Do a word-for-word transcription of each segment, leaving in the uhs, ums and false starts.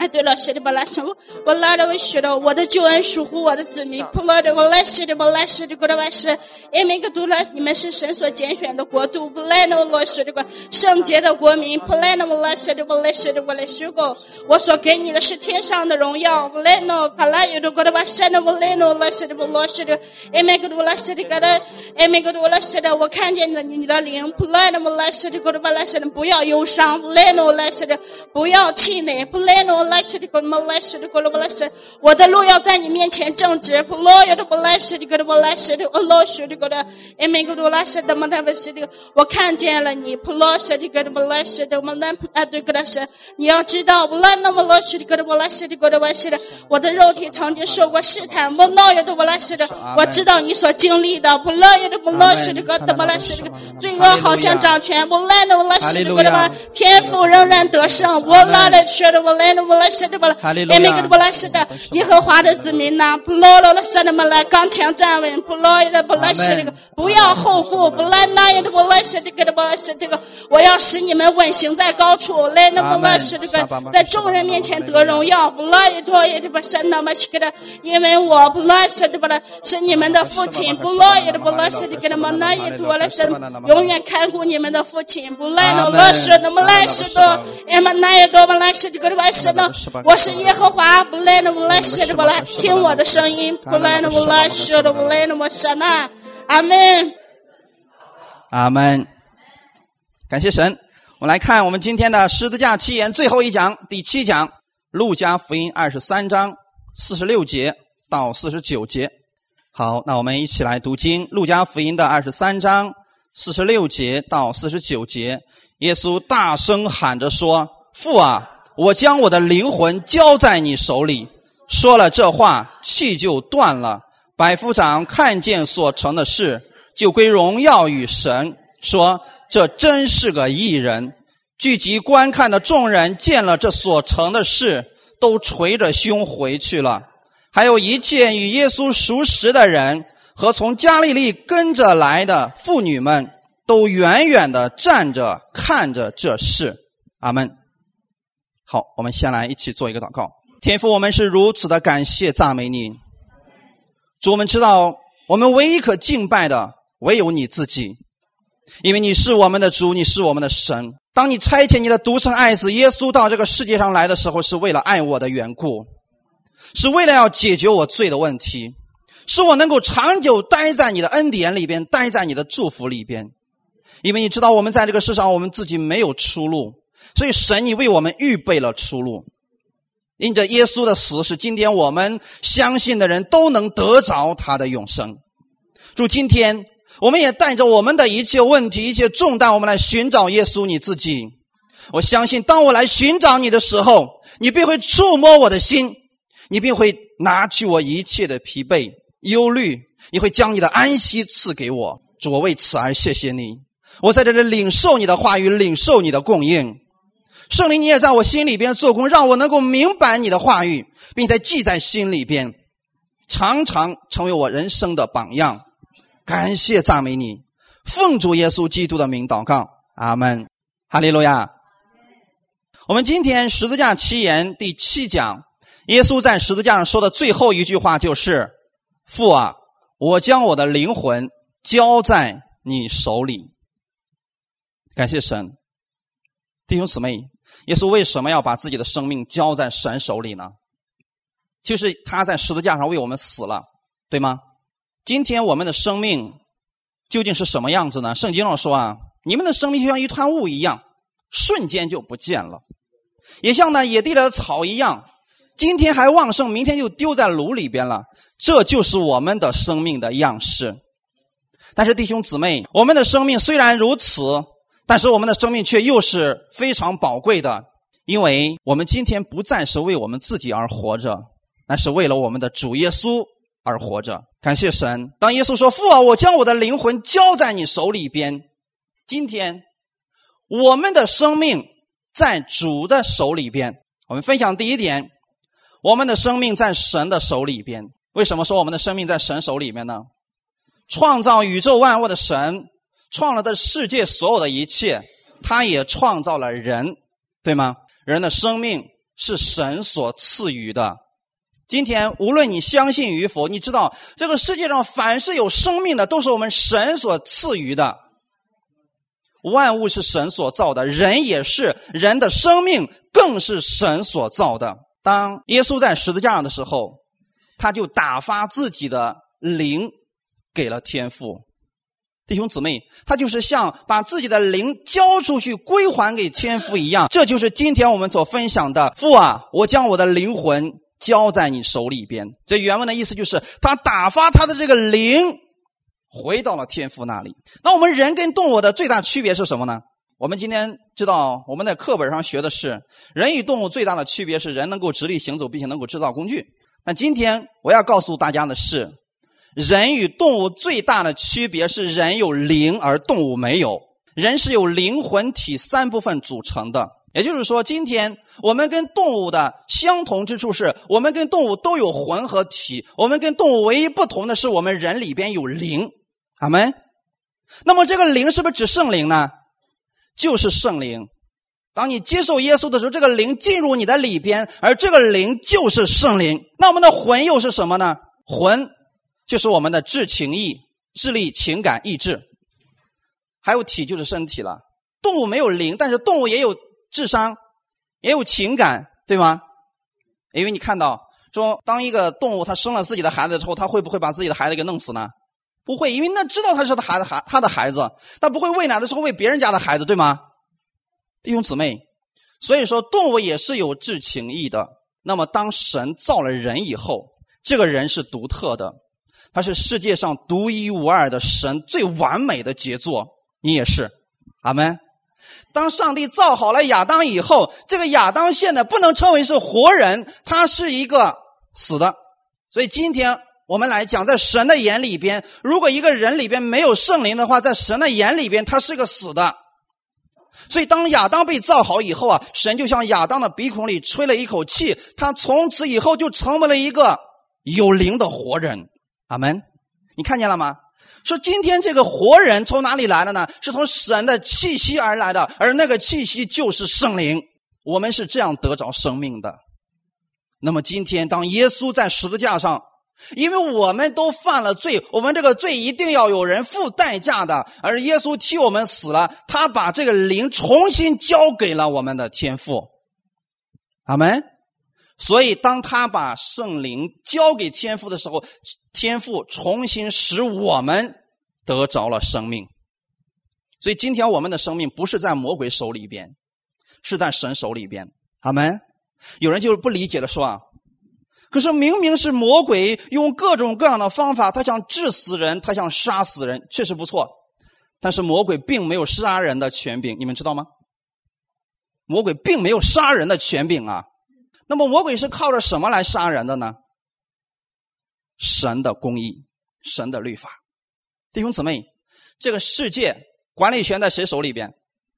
哎，对了，是的，我来说，我来了，我学了，我的救恩属乎我的子民，普罗的，我来是的，我来是的，过来是，因为个读了，你们是神所拣选的国度，不来呢，我是这个圣洁的国民，不来呢，我来是的，我来是的，我来学过，我所给你的是天上的荣耀，不来呢，把来有的过来把神的，我来呢，我来是的，我来是的，因为个读了是的，个的，因为个读了是的，我看见了你的灵，不来呢，我来是的，过来把来是的，不要忧伤，不来呢，我来是的，不要气馁，不来呢，我来是的。我的路要在你面前正直，不落有的不来是的，个的不来是的，我落是的个的，哎，每个都来是的，么他们是的，我看见了你，不落是的个的不来是的，我们来啊对个的是，你要知道，不来那么落是的个的不来是的个的不来是的，我的肉体曾经受过试探，不落有的不来是的，我知道你所经历的，不落有的不落是的个的不来是的，罪恶好像掌权，不来那我来是的个的吧，天父仍然得胜，我来了是的，我来了我来是的。也每个都不来是的，耶和华的子民呐，不落落的是的们来刚强站稳，不落的不来是这个，不要后顾，不来那也的不来是这个的不来是这个，我要使你们稳行在高处，来那不来是这个，在众人面前得荣耀，不来也多也的不是那么是个的，因为我不来是的不来是你们的父亲，不来也的不来是这个的么那也多了是永远看顾你们的父亲，不来那么是那么来是的，哎么那也多么来是这个的不是的。我是耶和华，不来呢，不来是的，不来听我的声音，不来呢，不来是的，不来呢，我神呐，阿门， 阿门。感谢神。我们来看我们今天的十字架七言最后一讲，第七讲，路加福音二十三章四十六节到四十九节。好，那我们一起来读经，路加福音的二十三章四十六节到四十九节。耶稣大声喊着说：“父啊！我将我的灵魂交在你手里。”说了这话，气就断了。百夫长看见所成的事，就归荣耀与神，说：“这真是个义人。”聚集观看的众人见了这所成的事，都捶着胸回去了。还有一切与耶稣熟识的人和从加利利跟着来的妇女们，都远远地站着看着这事。阿们。好，我们先来一起做一个祷告。天父，我们是如此的感谢赞美你。主，我们知道我们唯一可敬拜的唯有你自己，因为你是我们的主，你是我们的神。当你差遣你的独生爱子耶稣到这个世界上来的时候，是为了爱我的缘故，是为了要解决我罪的问题，使我能够长久待在你的恩典里边，待在你的祝福里边。因为你知道我们在这个世上我们自己没有出路，所以神你为我们预备了出路。因着耶稣的死，使今天我们相信的人都能得着他的永生。主，今天我们也带着我们的一切问题一切重担，我们来寻找耶稣你自己。我相信当我来寻找你的时候，你必会触摸我的心，你必会拿去我一切的疲惫忧虑，你会将你的安息赐给我。主，我为此而谢谢你。我在这里领受你的话语，领受你的供应。圣灵，你也在我心里边做工，让我能够明白你的话语，并且记在心里边，常常成为我人生的榜样。感谢赞美你，奉主耶稣基督的名祷告，阿们。哈利路亚。我们今天十字架七言第七讲，耶稣在十字架上说的最后一句话就是：父啊，我将我的灵魂交在你手里。感谢神。弟兄姊妹，耶稣为什么要把自己的生命交在神手里呢？就是他在十字架上为我们死了，对吗？今天我们的生命究竟是什么样子呢？圣经上说啊，你们的生命就像一团雾一样，瞬间就不见了，也像那野地里的草一样，今天还旺盛，明天就丢在炉里边了。这就是我们的生命的样式。但是弟兄姊妹，我们的生命虽然如此，但是我们的生命却又是非常宝贵的，因为我们今天不再是为我们自己而活着，那是为了我们的主耶稣而活着。感谢神。当耶稣说：父啊，我将我的灵魂交在你手里边，今天我们的生命在主的手里边。我们分享第一点，我们的生命在神的手里边。为什么说我们的生命在神手里面呢？创造宇宙万物的神，创了的世界所有的一切，他也创造了人，对吗？人的生命是神所赐予的。今天无论你相信与否，你知道这个世界上凡是有生命的都是我们神所赐予的。万物是神所造的，人也是，人的生命更是神所造的。当耶稣在十字架上的时候，他就打发自己的灵给了天父。弟兄姊妹，他就是像把自己的灵交出去归还给天父一样。这就是今天我们所分享的，父啊，我将我的灵魂交在你手里边。这原文的意思就是他打发他的这个灵回到了天父那里。那我们人跟动物的最大区别是什么呢？我们今天知道我们在课本上学的是人与动物最大的区别是人能够直立行走并且能够制造工具。那今天我要告诉大家的是，人与动物最大的区别是人有灵而动物没有。人是由灵魂体三部分组成的，也就是说今天我们跟动物的相同之处是我们跟动物都有魂和体，我们跟动物唯一不同的是我们人里边有灵。阿们。那么这个灵是不是指圣灵呢？就是圣灵。当你接受耶稣的时候，这个灵进入你的里边，而这个灵就是圣灵。那我们的魂又是什么呢？魂就是我们的智情意、智力、情感、意志，还有体就是身体了。动物没有灵，但是动物也有智商，也有情感，对吗？因为你看到说，当一个动物它生了自己的孩子之后，它会不会把自己的孩子给弄死呢？不会，因为那知道他是他的孩他的孩子，他不会喂奶的时候喂别人家的孩子，对吗？弟兄姊妹，所以说动物也是有智情意的。那么当神造了人以后，这个人是独特的，他是世界上独一无二的神最完美的杰作。你也是，阿们。当上帝造好了亚当以后，这个亚当现在不能称为是活人，他是一个死的。所以今天我们来讲，在神的眼里边，如果一个人里边没有圣灵的话，在神的眼里边他是个死的。所以当亚当被造好以后啊，神就向亚当的鼻孔里吹了一口气，他从此以后就成为了一个有灵的活人。阿们。你看见了吗？说今天这个活人从哪里来的呢？是从神的气息而来的，而那个气息就是圣灵。我们是这样得着生命的。那么今天当耶稣在十字架上，因为我们都犯了罪，我们这个罪一定要有人付代价的，而耶稣替我们死了，他把这个灵重新交给了我们的天父。阿们。所以当他把圣灵交给天父的时候，天父重新使我们得着了生命。所以今天我们的生命不是在魔鬼手里边，是在神手里边。阿们。有人就是不理解的说啊，可是明明是魔鬼用各种各样的方法，他想治死人，他想杀死人，确实不错。但是魔鬼并没有杀人的权柄，你们知道吗？魔鬼并没有杀人的权柄啊。那么魔鬼是靠着什么来杀人的呢？神的公义，神的律法。弟兄姊妹，这个世界管理权在谁手里边？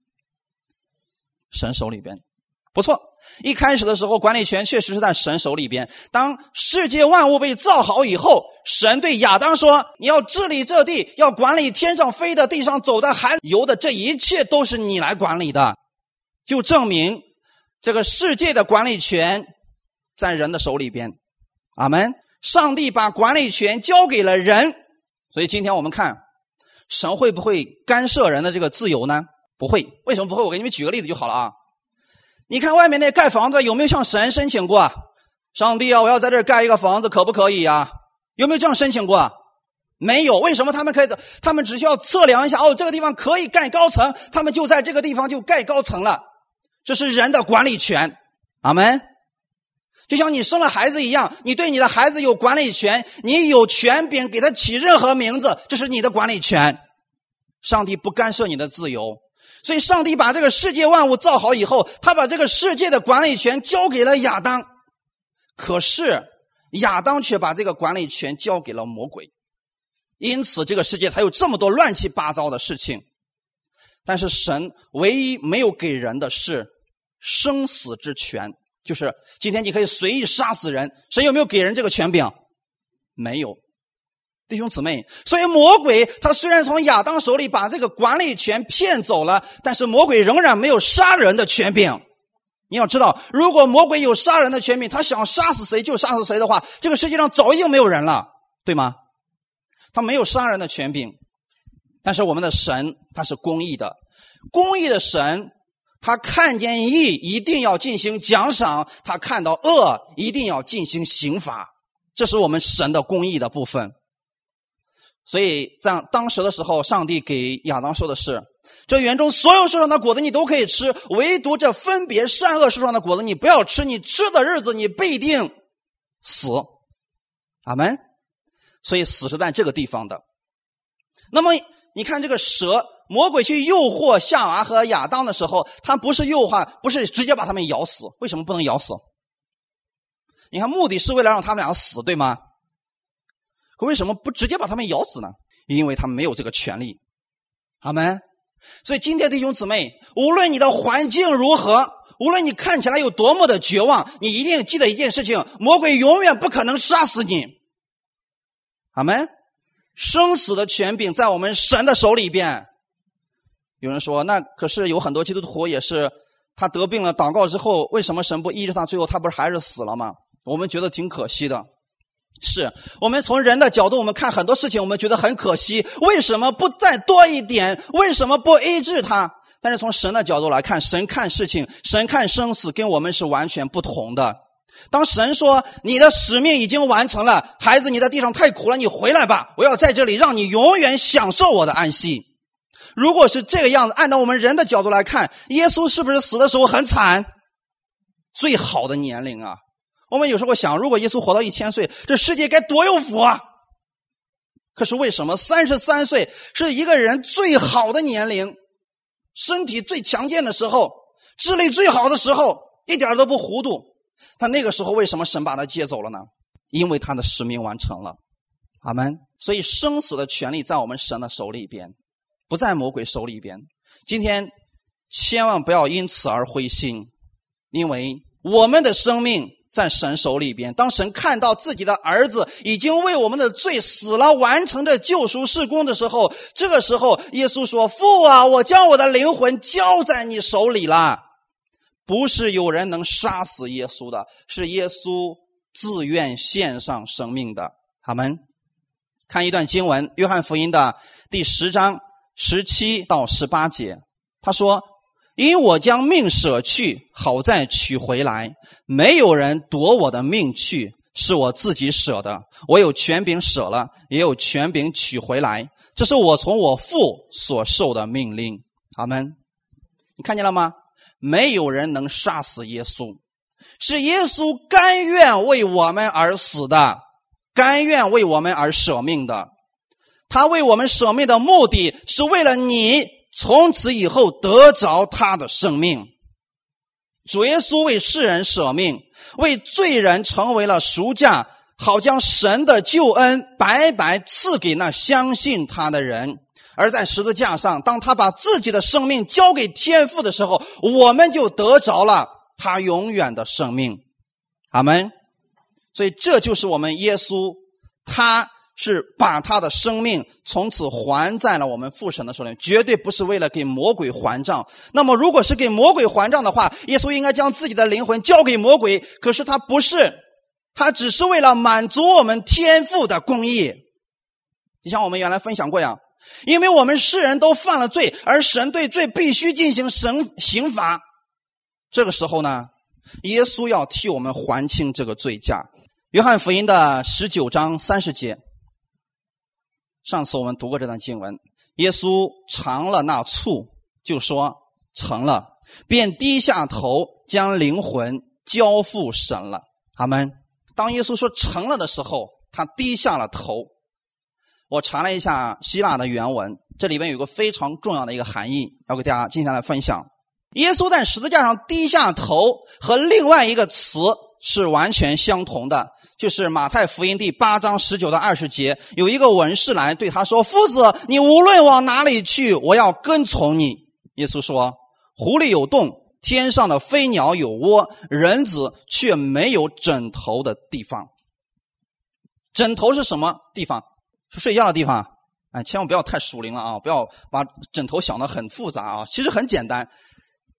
神手里边。不错，一开始的时候管理权确实是在神手里边。当世界万物被造好以后，神对亚当说，你要治理这地，要管理天上飞的、地上走的、海游的，这一切都是你来管理的。就证明这个世界的管理权在人的手里边。阿们。上帝把管理权交给了人。所以今天我们看神会不会干涉人的这个自由呢？不会。为什么不会？我给你们举个例子就好了啊。你看外面那盖房子有没有向神申请过？上帝啊，我要在这儿盖一个房子，可不可以啊？有没有这样申请过？没有。为什么？他们可以，他们只需要测量一下，哦，这个地方可以盖高层，他们就在这个地方就盖高层了。这是人的管理权。阿们。就像你生了孩子一样，你对你的孩子有管理权，你有权柄给他起任何名字，这是你的管理权。上帝不干涉你的自由。所以上帝把这个世界万物造好以后，他把这个世界的管理权交给了亚当。可是亚当却把这个管理权交给了魔鬼。因此这个世界才有这么多乱七八糟的事情。但是神唯一没有给人的是生死之权，就是今天你可以随意杀死人。神有没有给人这个权柄？没有。弟兄姊妹，所以魔鬼他虽然从亚当手里把这个管理权骗走了，但是魔鬼仍然没有杀人的权柄。 你要知道，如果魔鬼有杀人的权柄，他想杀死谁就杀死谁的话，这个世界上早已经没有人了，对吗？他没有杀人的权柄。但是我们的神他是公义的，公义的神他看见义一定要进行奖赏，他看到恶一定要进行刑罚，这是我们神的公义的部分。所以在当时的时候，上帝给亚当说的是，这园中所有树上的果子你都可以吃，唯独这分别善恶树上的果子你不要吃，你吃的日子你必定死。阿们。所以死是在这个地方的。那么你看这个蛇，魔鬼去诱惑夏娃和亚当的时候，他不是诱惑，不是直接把他们咬死。为什么不能咬死？你看目的是为了让他们俩死，对吗？可为什么不直接把他们咬死呢？因为他们没有这个权利。阿们。所以今天弟兄姊妹，无论你的环境如何，无论你看起来有多么的绝望，你一定记得一件事情，魔鬼永远不可能杀死你。阿们。生死的权柄在我们神的手里边。有人说，那可是有很多基督徒也是他得病了，祷告之后为什么神不医治他，最后他不是还是死了吗？我们觉得挺可惜的。是我们从人的角度，我们看很多事情我们觉得很可惜，为什么不再多一点，为什么不医治他？但是从神的角度来看，神看事情，神看生死跟我们是完全不同的。当神说你的使命已经完成了，孩子你在地上太苦了，你回来吧，我要在这里让你永远享受我的安息。如果是这个样子，按照我们人的角度来看，耶稣是不是死的时候很惨？最好的年龄啊，我们有时候想，如果耶稣活到一千岁，这世界该多有福啊！可是为什么三十三岁是一个人最好的年龄，身体最强健的时候，智力最好的时候，一点都不糊涂？他那个时候为什么神把他接走了呢？因为他的使命完成了。阿们。所以生死的权利在我们神的手里边，不在魔鬼手里边。今天千万不要因此而灰心，因为我们的生命在神手里边。当神看到自己的儿子已经为我们的罪死了，完成这救赎事工的时候，这个时候耶稣说，父啊，我将我的灵魂交在你手里了。不是有人能杀死耶稣的，是耶稣自愿献上生命的。阿们。看一段经文，约翰福音的第十章十七到十八节，他说，因我将命舍去，好再取回来，没有人夺我的命去，是我自己舍的，我有权柄舍了，也有权柄取回来，这是我从我父所受的命令。阿们。你看见了吗？没有人能杀死耶稣，是耶稣甘愿为我们而死的，甘愿为我们而舍命的。他为我们舍命的目的是为了你从此以后得着他的生命。主耶稣为世人舍命，为罪人成为了赎价，好将神的救恩白白赐给那相信他的人。而在十字架上，当他把自己的生命交给天父的时候，我们就得着了他永远的生命。阿们。所以这就是我们耶稣，他是把他的生命从此还在了我们父神的手里，绝对不是为了给魔鬼还账。那么如果是给魔鬼还账的话，耶稣应该将自己的灵魂交给魔鬼，可是他不是，他只是为了满足我们天父的公义。就像我们原来分享过呀，因为我们世人都犯了罪，而神对罪必须进行神刑罚。这个时候呢，耶稣要替我们还清这个罪价。约翰福音的十九章三十节，上次我们读过这段经文，耶稣尝了那醋，就说成了，便低下头将灵魂交付神了。阿们。当耶稣说成了的时候，他低下了头。我查了一下希腊的原文，这里面有个非常重要的一个含义，要给大家今天来分享。耶稣在十字架上低下头和另外一个词是完全相同的，就是马太福音第八章十九到二十节，有一个文士来对他说，夫子，你无论往哪里去，我要跟从你。耶稣说，湖里有洞，天上的飞鸟有窝，人子却没有枕头的地方。枕头是什么地方？是睡觉的地方。哎，千万不要太属灵了啊！不要把枕头想得很复杂啊，其实很简单。你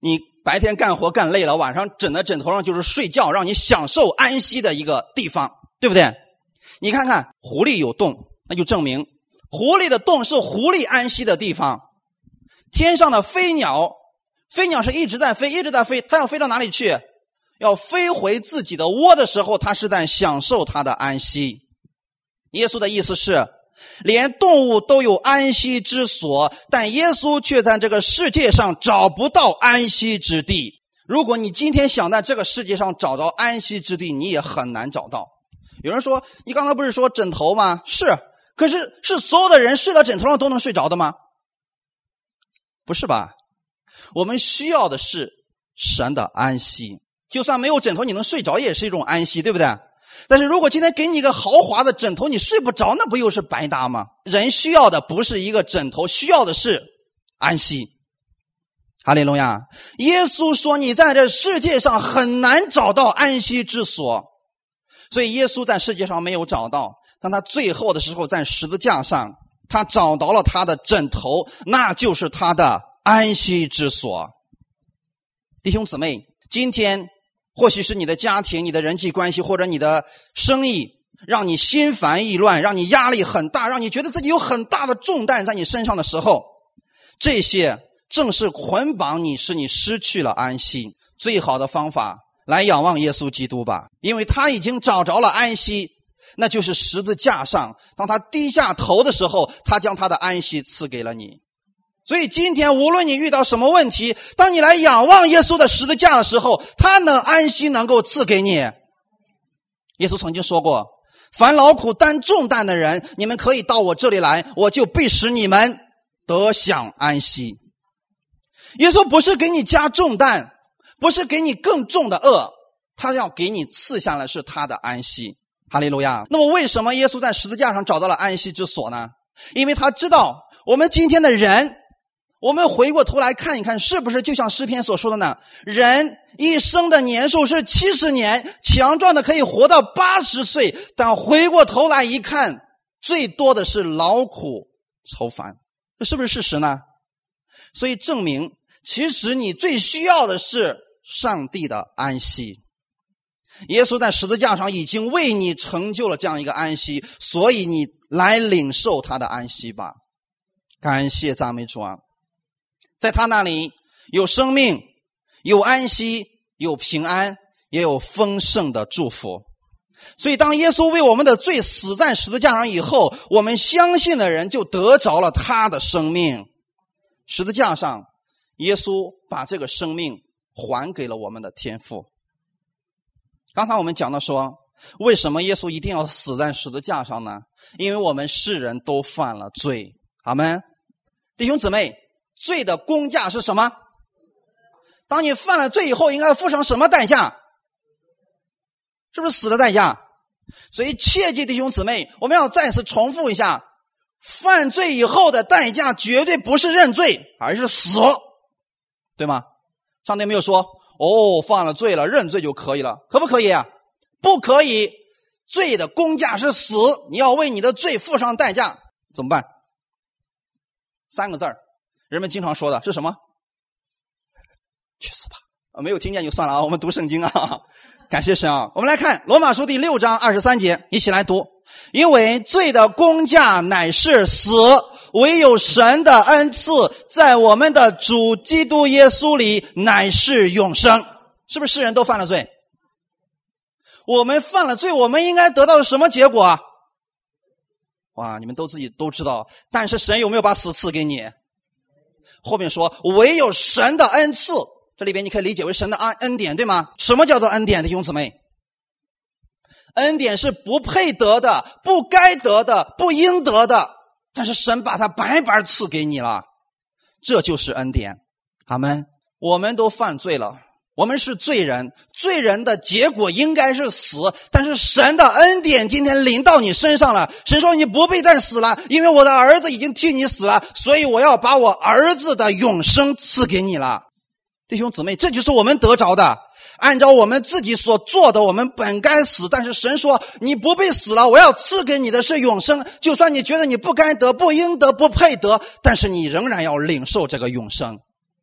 白天干活干累了，晚上枕在枕头上就是睡觉，让你享受安息的一个地方，对不对？你看看狐狸有洞，那就证明狐狸的洞是狐狸安息的地方。天上的飞鸟，飞鸟是一直在飞，一直在飞，它要飞到哪里去？要飞回自己的窝的时候，它是在享受它的安息。耶稣的意思是，连动物都有安息之所，但耶稣却在这个世界上找不到安息之地。如果你今天想在这个世界上找着安息之地，你也很难找到。有人说，你刚才不是说枕头吗？是，可是是所有的人睡到枕头上都能睡着的吗？不是吧？我们需要的是神的安息。就算没有枕头，你能睡着也是一种安息，对不对？但是如果今天给你一个豪华的枕头，你睡不着，那不又是白搭吗？人需要的不是一个枕头，需要的是安息。哈利路亚！耶稣说，你在这世界上很难找到安息之所，所以耶稣在世界上没有找到，但他最后的时候在十字架上，他找到了他的枕头，那就是他的安息之所。弟兄姊妹，今天或许是你的家庭、你的人际关系或者你的生意让你心烦意乱，让你压力很大，让你觉得自己有很大的重担在你身上的时候，这些正是捆绑你，使你失去了安息。最好的方法，来仰望耶稣基督吧，因为他已经找着了安息，那就是十字架上，当他低下头的时候，他将他的安息赐给了你。所以今天无论你遇到什么问题，当你来仰望耶稣的十字架的时候，他的安息能够赐给你。耶稣曾经说过，凡劳苦担重担的人，你们可以到我这里来，我就必使你们得享安息。耶稣不是给你加重担，不是给你更重的恶，他要给你赐下来是他的安息。哈利路亚！那么为什么耶稣在十字架上找到了安息之所呢？因为他知道我们今天的人，我们回过头来看一看，是不是就像诗篇所说的呢？人一生的年数是七十年，强壮的可以活到八十岁，但回过头来一看，最多的是劳苦愁烦，这是不是事实呢？所以证明，其实你最需要的是上帝的安息。耶稣在十字架上已经为你成就了这样一个安息，所以你来领受他的安息吧。感谢赞美主啊！在他那里有生命，有安息，有平安，也有丰盛的祝福。所以当耶稣为我们的罪死在十字架上以后，我们相信的人就得着了他的生命。十字架上，耶稣把这个生命还给了我们的天父。刚才我们讲到说，为什么耶稣一定要死在十字架上呢？因为我们世人都犯了罪。阿们。弟兄姊妹，罪的工价是什么？当你犯了罪以后，应该付上什么代价？是不是死的代价？所以切记弟兄姊妹，我们要再次重复一下，犯罪以后的代价绝对不是认罪，而是死，对吗？上帝没有说，哦，犯了罪了，认罪就可以了，可不可以啊？不可以，罪的工价是死，你要为你的罪付上代价，怎么办？三个字儿，人们经常说的是什么？去死吧！啊，没有听见就算了啊，我们读圣经啊，感谢神啊！我们来看罗马书第六章二十三节，一起来读。因为罪的工价乃是死，唯有神的恩赐在我们的主基督耶稣里乃是永生。是不是世人都犯了罪？我们犯了罪，我们应该得到什么结果啊？哇，你们都自己都知道，但是神有没有把死赐给你？后面说唯有神的恩赐，这里边你可以理解为神的恩典，对吗？什么叫做恩典，弟兄姊妹？恩典是不配得的，不该得的，不应得的，但是神把它白白赐给你了，这就是恩典。阿们。我们都犯罪了，我们是罪人，罪人的结果应该是死，但是神的恩典今天临到你身上了。神说你不必再死了，因为我的儿子已经替你死了，所以我要把我儿子的永生赐给你了。弟兄姊妹，这就是我们得着的。按照我们自己所做的，我们本该死，但是神说你不必死了，我要赐给你的是永生。就算你觉得你不该得，不应得，不配得，但是你仍然要领受这个永生。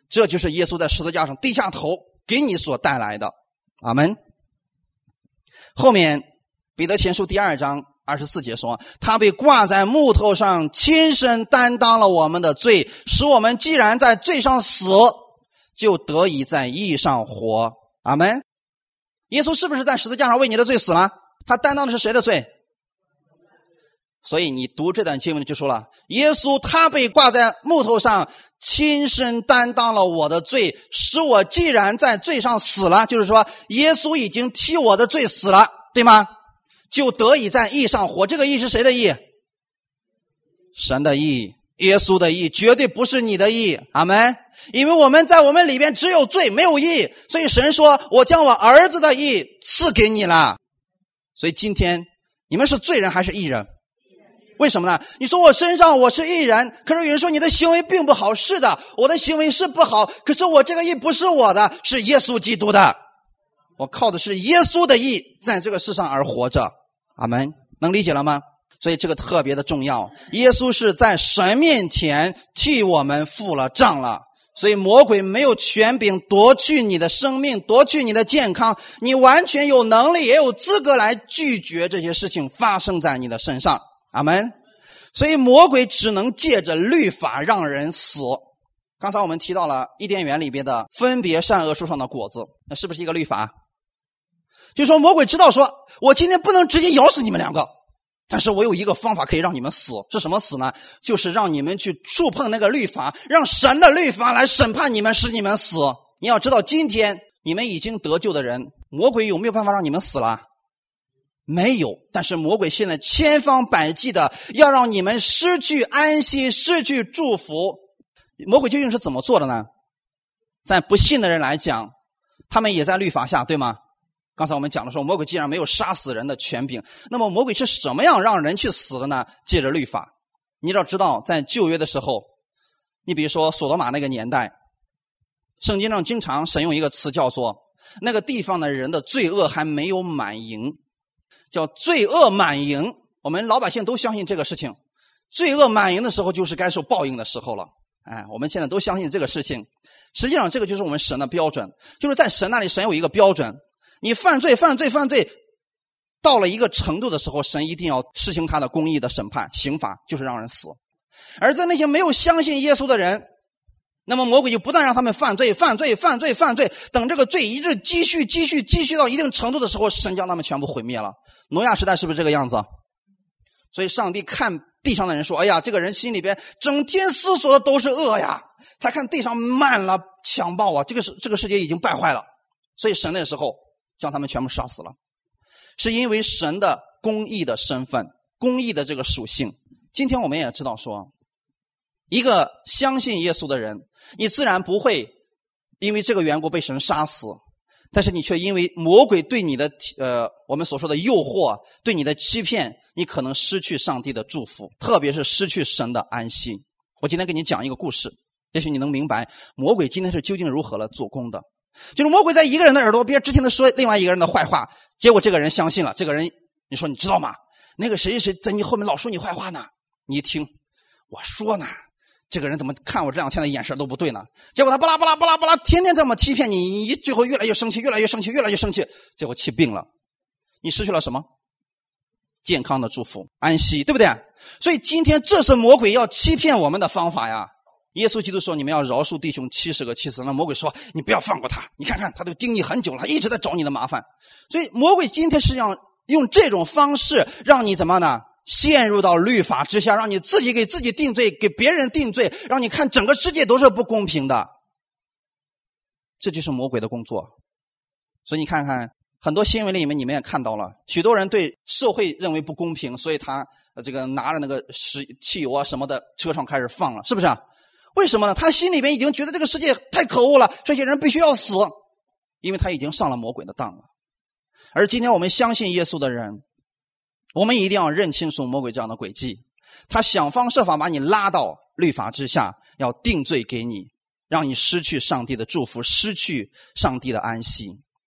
这就是耶稣在十字架上低下头给你所带来的。阿们。后面彼得前书第二章二十四节说，他被挂在木头上，亲身担当了我们的罪，使我们既然在罪上死，就得以在义上活。阿们。耶稣是不是在十字架上为你的罪死了？他担当的是谁的罪？所以你读这段经文就说了，耶稣他被挂在木头上，亲身担当了我的罪，使我既然在罪上死了，就是说耶稣已经替我的罪死了，对吗？就得以在义上活。这个义是谁的义？神的义，耶稣的义，绝对不是你的义。阿们。因为我们在我们里边只有罪没有义，所以神说我将我儿子的义赐给你了。所以今天你们是罪人还是义人？为什么呢？你说我身上我是义人，可是有人说你的行为并不好。是的，我的行为是不好，可是我这个义不是我的，是耶稣基督的。我靠的是耶稣的义，在这个世上而活着。阿们。能理解了吗？所以这个特别的重要。耶稣是在神面前替我们付了账了，所以魔鬼没有权柄夺去你的生命，夺去你的健康，你完全有能力也有资格来拒绝这些事情发生在你的身上。阿们。所以魔鬼只能借着律法让人死。刚才我们提到了伊甸园里边的分别善恶树上的果子，那是不是一个律法？就说魔鬼知道说我今天不能直接咬死你们两个，但是我有一个方法可以让你们死。是什么死呢？就是让你们去触碰那个律法，让神的律法来审判你们，使你们死。你要知道今天你们已经得救的人，魔鬼有没有办法让你们死了？没有。但是魔鬼现在千方百计的要让你们失去安息，失去祝福。魔鬼究竟是怎么做的呢？在不信的人来讲，他们也在律法下，对吗？刚才我们讲的说，魔鬼既然没有杀死人的权柄，那么魔鬼是什么样让人去死的呢？借着律法。你要知道，在旧约的时候，你比如说索多玛那个年代，圣经上经常使用一个词叫做那个地方的人的罪恶还没有满盈，叫罪恶满盈。我们老百姓都相信这个事情，罪恶满盈的时候就是该受报应的时候了。哎，我们现在都相信这个事情。实际上这个就是我们神的标准，就是在神那里，神有一个标准，你犯罪犯罪犯罪到了一个程度的时候，神一定要施行他的公义的审判，刑罚就是让人死。而在那些没有相信耶稣的人，那么魔鬼就不断让他们犯罪犯罪犯罪犯罪，等这个罪一直积蓄积蓄积蓄到一定程度的时候，神将他们全部毁灭了。挪亚时代是不是这个样子？所以上帝看地上的人说，哎呀，这个人心里边整天思索的都是恶呀，他看地上满了强暴啊，这个这个世界已经败坏了，所以神那时候将他们全部杀死了。是因为神的公义的身份，公义的这个属性。今天我们也知道说，一个相信耶稣的人，你自然不会因为这个缘故被神杀死，但是你却因为魔鬼对你的呃我们所说的诱惑，对你的欺骗，你可能失去上帝的祝福，特别是失去神的安息。我今天给你讲一个故事，也许你能明白魔鬼今天是究竟如何来做工的。就是魔鬼在一个人的耳朵边之前的说另外一个人的坏话，结果这个人相信了。这个人你说你知道吗？那个谁谁在你后面老说你坏话呢？你一听，我说呢，这个人怎么看我这两天的眼神都不对呢？结果他巴拉巴拉巴拉巴拉天天这么欺骗你，你最后越来越生气，越来越生气，越来越生气，结果气病了。你失去了什么？健康的祝福，安息，对不对？所以今天这是魔鬼要欺骗我们的方法呀。耶稣基督说你们要饶恕弟兄七十个七次，那魔鬼说你不要放过他，你看看他都盯你很久了，一直在找你的麻烦。所以魔鬼今天实际上用这种方式让你怎么呢？陷入到律法之下，让你自己给自己定罪，给别人定罪，让你看整个世界都是不公平的。这就是魔鬼的工作。所以你看看很多新闻里面你们也看到了，许多人对社会认为不公平，所以他这个拿着那个石汽油啊什么的车上开始放了，是不是啊？为什么呢？他心里边已经觉得这个世界太可恶了，这些人必须要死，因为他已经上了魔鬼的当了。而今天我们相信耶稣的人，我们一定要认清楚魔鬼这样的诡计，他想方设法把你拉到律法之下，要定罪给你，让你失去上帝的祝福，失去上帝的安息。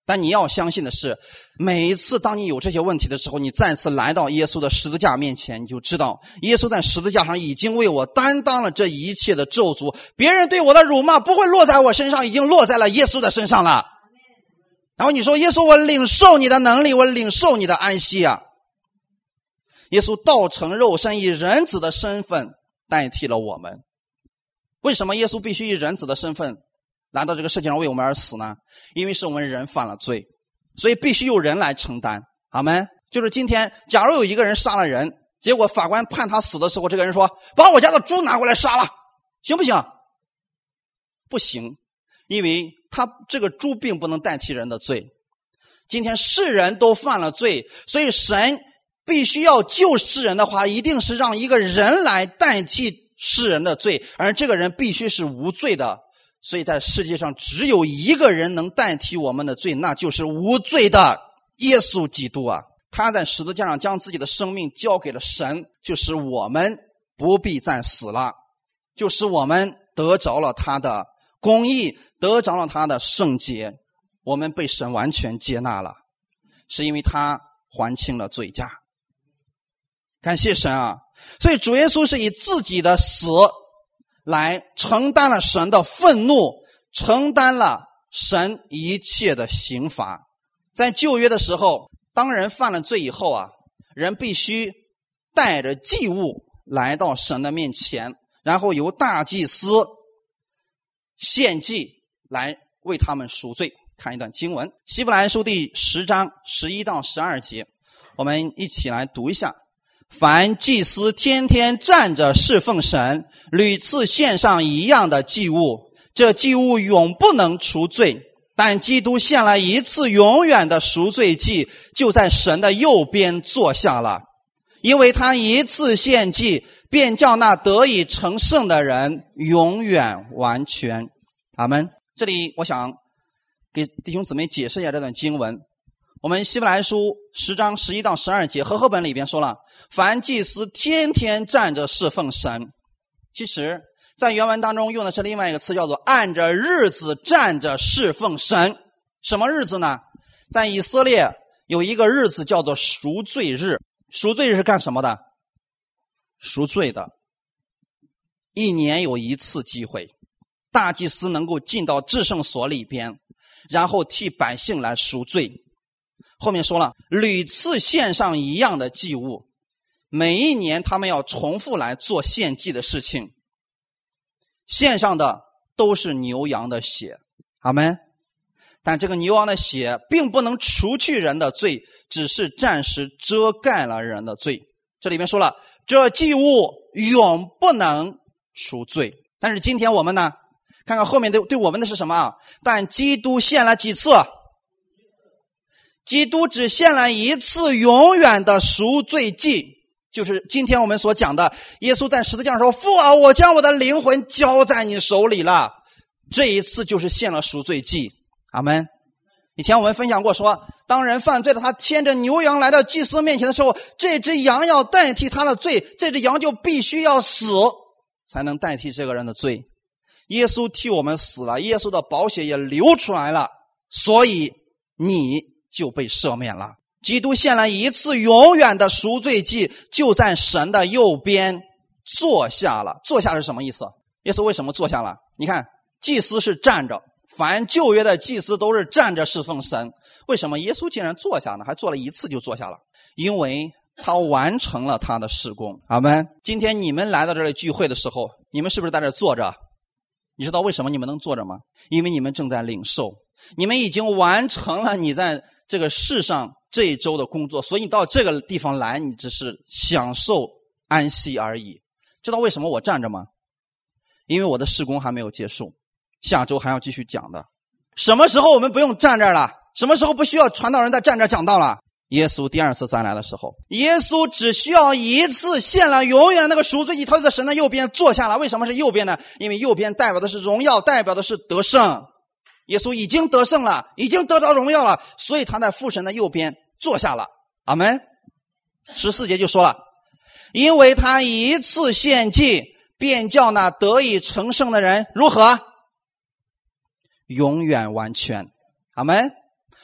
但你要相信的是，每一次当你有这些问题的时候，你再次来到耶稣的十字架面前，你就知道耶稣在十字架上已经为我担当了这一切的咒诅，别人对我的辱骂不会落在我身上，已经落在了耶稣的身上了。然后你说，耶稣，我领受你的能力，我领受你的安息啊。耶稣道成肉身，以人子的身份代替了我们。为什么耶稣必须以人子的身份来到这个世界上为我们而死呢？因为是我们人犯了罪，所以必须有人来承担。阿们。就是今天假如有一个人杀了人，结果法官判他死的时候，这个人说，把我家的猪拿过来杀了，行不行？不行，因为他这个猪并不能代替人的罪。今天世人都犯了罪，所以神必须要救世人的话，一定是让一个人来代替世人的罪，而这个人必须是无罪的。所以在世界上只有一个人能代替我们的罪，那就是无罪的耶稣基督啊！他在十字架上将自己的生命交给了神，就使我们不必再死了，就使我们得着了他的公义，得着了他的圣洁，我们被神完全接纳了，是因为他还清了罪价。感谢神啊！所以主耶稣是以自己的死来承担了神的愤怒，承担了神一切的刑罚。在旧约的时候，当人犯了罪以后啊，人必须带着祭物来到神的面前，然后由大祭司献祭来为他们赎罪。看一段经文，希伯来书第十章十一到十二节，我们一起来读一下。凡祭司天天站着侍奉神，屡次献上一样的祭物，这祭物永不能除罪，但基督献了一次永远的赎罪祭，就在神的右边坐下了。因为他一次献祭，便叫那得以成圣的人永远完全。阿们。这里我想给弟兄姊妹解释一下这段经文。我们希伯来书十章十一到十二节和合本里边说了，凡祭司天天站着侍奉神。其实在原文当中用的是另外一个词，叫做按着日子站着侍奉神。什么日子呢？在以色列有一个日子叫做赎罪日。赎罪日是干什么的？赎罪的。一年有一次机会，大祭司能够进到至圣所里边，然后替百姓来赎罪。后面说了，屡次献上一样的祭物，每一年他们要重复来做献祭的事情，献上的都是牛羊的血。阿们。但这个牛羊的血并不能除去人的罪，只是暂时遮盖了人的罪。这里面说了，这祭物永不能除罪。但是今天我们呢，看看后面对对我们的是什么啊？但基督献了几次？基督只献了一次永远的赎罪祭，就是今天我们所讲的，耶稣在十字架上说，父啊，我将我的灵魂交在你手里了。这一次就是献了赎罪祭。阿们。以前我们分享过说，当人犯罪了，他牵着牛羊来到祭司面前的时候，这只羊要代替他的罪，这只羊就必须要死，才能代替这个人的罪。耶稣替我们死了，耶稣的宝血也流出来了，所以你就被赦免了。基督献了一次永远的赎罪祭，就在神的右边坐下了。坐下是什么意思？耶稣为什么坐下了？你看，祭司是站着，凡旧约的祭司都是站着侍奉神，为什么耶稣竟然坐下呢？还坐了一次就坐下了？因为他完成了他的事工。阿们。今天你们来到这里聚会的时候，你们是不是在这坐着？你知道为什么你们能坐着吗？因为你们正在领受，你们已经完成了你在这个世上这一周的工作，所以你到这个地方来，你只是享受安息而已。知道为什么我站着吗？因为我的事工还没有结束，下周还要继续讲的。什么时候我们不用站这儿了？什么时候不需要传道人在站这儿讲道了？耶稣第二次再来的时候，耶稣只需要一次献了永远的那个赎罪祭，他就在神的右边坐下了。为什么是右边呢？因为右边代表的是荣耀，代表的是得胜。耶稣已经得胜了，已经得着荣耀了，所以他在父神的右边坐下了。阿们。十四节就说了，因为他一次献祭，便叫那得以成圣的人如何？永远完全。阿们。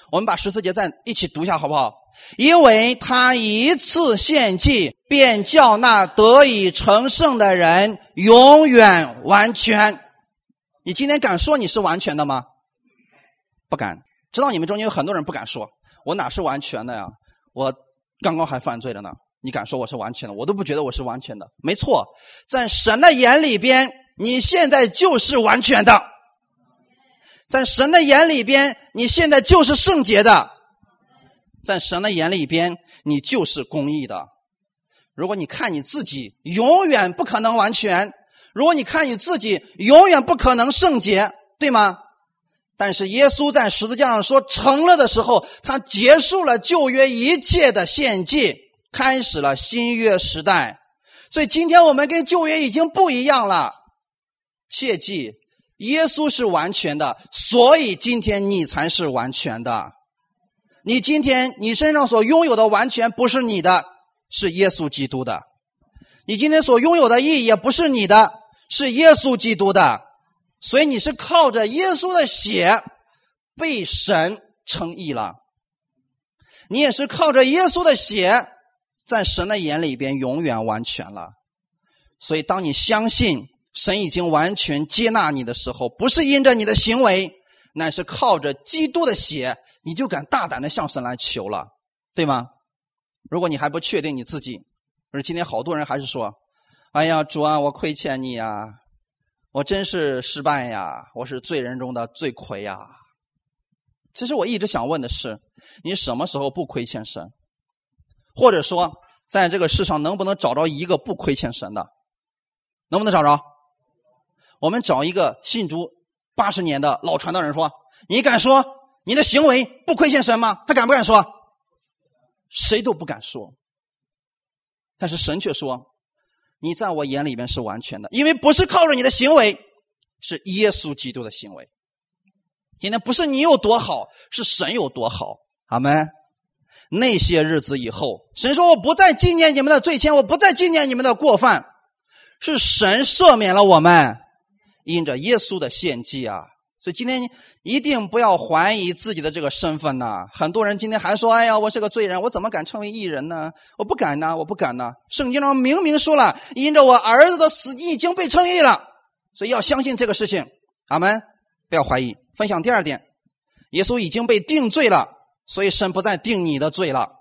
我们把十四节再一起读一下好不好？因为他一次献祭，便叫那得以成圣的人永远完全。你今天敢说你是完全的吗？不敢。知道你们中间有很多人不敢说，我哪是完全的呀？我刚刚还犯罪了呢。你敢说我是完全的？我都不觉得我是完全的。没错，在神的眼里边，你现在就是完全的。在神的眼里边，你现在就是圣洁的。在神的眼里边，你就是公义的。如果你看你自己永远不可能完全，如果你看你自己永远不可能圣洁，对吗？但是耶稣在十字架上说成了的时候，他结束了旧约一切的献祭，开始了新约时代。所以今天我们跟旧约已经不一样了。切记，耶稣是完全的，所以今天你才是完全的。你今天你身上所拥有的完全不是你的，是耶稣基督的。你今天所拥有的义也不是你的，是耶稣基督的。所以你是靠着耶稣的血被神称义了，你也是靠着耶稣的血在神的眼里边永远完全了。所以当你相信神已经完全接纳你的时候，不是因着你的行为，乃是靠着基督的血，你就敢大胆的向神来求了，对吗？如果你还不确定你自己，而今天好多人还是说，哎呀，主啊，我亏欠你呀，我真是失败呀，我是罪人中的罪魁呀。其实我一直想问的是，你什么时候不亏欠神？或者说在这个世上能不能找着一个不亏欠神的？能不能找着？我们找一个信主八十年的老传道人说，你敢说你的行为不亏欠神吗？他敢不敢说？谁都不敢说。但是神却说，你在我眼里面是完全的，因为不是靠着你的行为，是耶稣基督的行为。今天不是你有多好，是神有多好。阿们。那些日子以后，神说我不再纪念你们的罪愆，我不再纪念你们的过犯，是神赦免了我们，因着耶稣的献祭啊。所以今天一定不要怀疑自己的这个身份呐。很多人今天还说，哎呀，我是个罪人，我怎么敢成为义人呢？我不敢呢，我不敢呢。圣经上明明说了，因着我儿子的死已经被称义了，所以要相信这个事情。阿们，不要怀疑。分享第二点，耶稣已经被定罪了，所以神不再定你的罪了。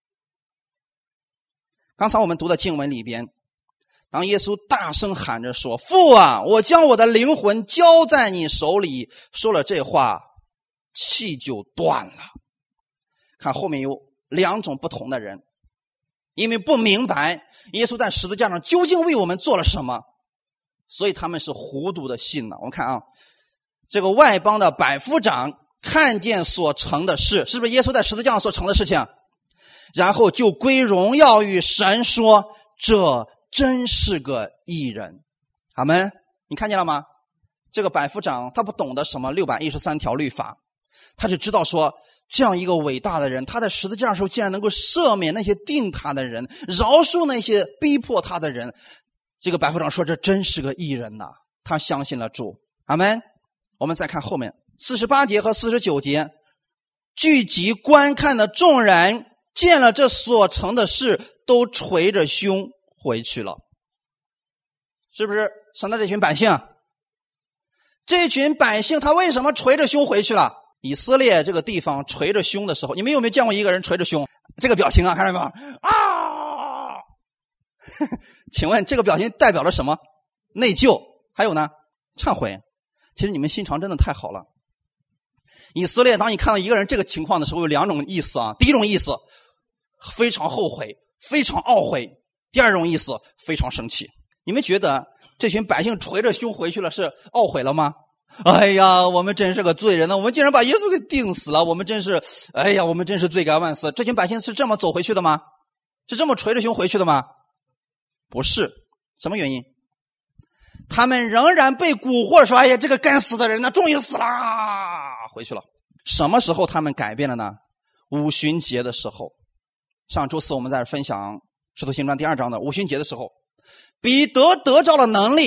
刚才我们读的经文里边，当耶稣大声喊着说，父啊，我将我的灵魂交在你手里，说了这话，气就断了。看后面有两种不同的人，因为不明白耶稣在十字架上究竟为我们做了什么，所以他们是糊涂的信了。我们看啊，这个外邦的百夫长看见所成的事，是不是耶稣在十字架上所成的事情？然后就归荣耀与神，说这真是个义人。阿们，你看见了吗？这个百夫长他不懂得什么六百一十三条律法，他只知道说这样一个伟大的人，他在十字架上的时候竟然能够赦免那些定他的人，饶恕那些逼迫他的人。这个百夫长说这真是个义人呐，他相信了主。阿们。我们再看后面四十八节和四十九节，聚集观看的众人见了这所成的事，都捶着胸回去了。是不是神的这群百姓？这群百姓他为什么捶着胸回去了？以色列这个地方捶着胸的时候，你们有没有见过一个人捶着胸？这个表情啊，看到没有？啊！请问这个表情代表了什么？内疚。还有呢？忏悔。其实你们心肠真的太好了。以色列当你看到一个人这个情况的时候，有两种意思啊。第一种意思，非常后悔，非常懊悔；第二种意思，非常生气。你们觉得这群百姓捶着胸回去了是懊悔了吗？哎呀，我们真是个罪人呢，我们竟然把耶稣给钉死了，我们真是，哎呀，我们真是罪该万死。这群百姓是这么走回去的吗？是这么捶着胸回去的吗？不是。什么原因？他们仍然被蛊惑，说哎呀，这个该死的人呢，终于死了，回去了。什么时候他们改变了呢？五旬节的时候。上周四我们在分享使徒行传第二章的五旬节的时候，彼得得着了能力，